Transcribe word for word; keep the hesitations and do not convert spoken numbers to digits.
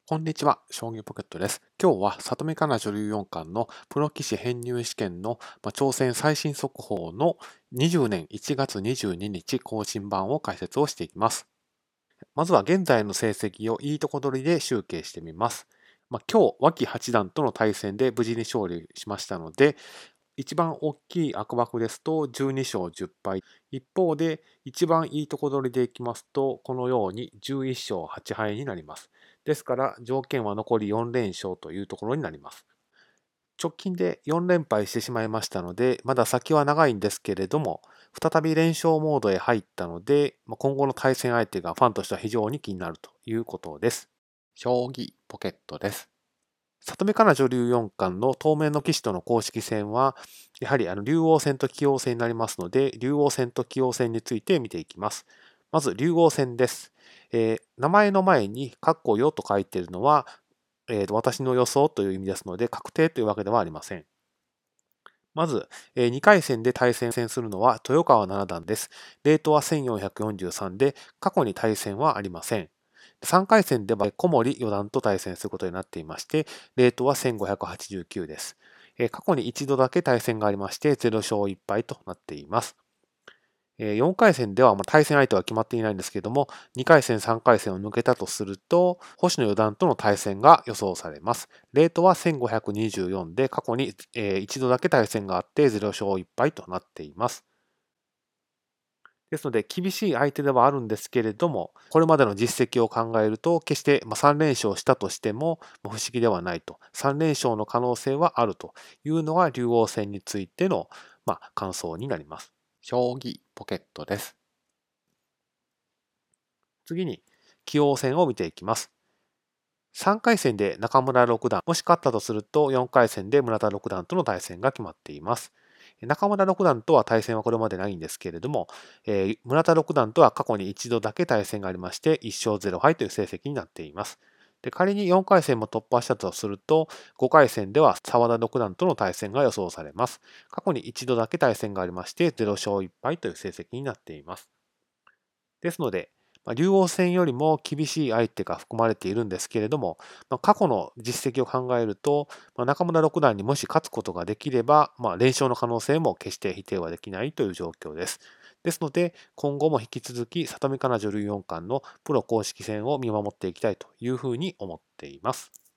こんにちは、将棋ポケットです。今日は里見香奈女流四冠のプロ棋士編入試験のまあ挑戦最新速報のにじゅうねんいちがつにじゅうににち更新版を解説をしていきます。まずは現在の成績をいいとこ取りで集計してみます。まあ、今日、脇八段との対戦で無事に勝利しましたので、一番大きい悪枠ですとじゅうにしょうじゅっぱい。一方で一番いいとこ取りでいきますと、このようにじゅういっしょうはちはいになります。ですから条件は残りよんれんしょうというところになります。直近でよんれんぱいしてしまいましたので、まだ先は長いんですけれども、再び連勝モードへ入ったので、今後の対戦相手がファンとしては非常に気になるということです。将棋ポケットです。里見香奈女流四冠の当面の棋士との公式戦は、やはりあの竜王戦と棋王戦になりますので、竜王戦と棋王戦について見ていきます。まず竜王戦です。えー名前の前に、かっこよと書いているのは、えーと私の予想という意味ですので、確定というわけではありません。まず、えーにかい戦で対戦するのは豊川七段です。レートはせんよんひゃくよんじゅうさんで、過去に対戦はありません。さんかい戦では小森四段と対戦することになっていまして、レートはせんごひゃくはちじゅうきゅうです。えー過去に一度だけ対戦がありまして、ゼロしょういっぱいとなっています。えーよんかい戦ではまあ対戦相手は決まっていないんですけれども、にかい戦、さんかい戦を抜けたとすると、星野四段との対戦が予想されます。レートはせんごひゃくにじゅうよんで、過去にえー一度だけ対戦があって、ゼロしょういっぱいとなっています。ですので、厳しい相手ではあるんですけれども、これまでの実績を考えると、決してまあさんれんしょうしたとしてもまあ不思議ではないと。さんれんしょうの可能性はあるというのが竜王戦についてのまあ感想になります。将棋ポケットです。次に、棋王戦を見ていきます。さんかい戦で中村六段、もし勝ったとするとよんかい戦で村田六段との対戦が決まっています。中村六段とは対戦はこれまでないんですけれども、えー村田六段とは過去に一度だけ対戦がありまして、いっしょうゼロはいという成績になっています。で仮によんかい戦も突破したとすると、ごかい戦では澤田六段との対戦が予想されます。過去に一度だけ対戦がありまして、ゼロしょういっぱいという成績になっています。ですので、まあ、竜王戦よりも厳しい相手が含まれているんですけれども、まあ、過去の実績を考えると、まあ、中村六段にもし勝つことができれば、まあ、連勝の可能性も決して否定はできないという状況です。ですので、今後も引き続き里見香奈女流四冠のプロ公式戦を見守っていきたいというふうに思っています。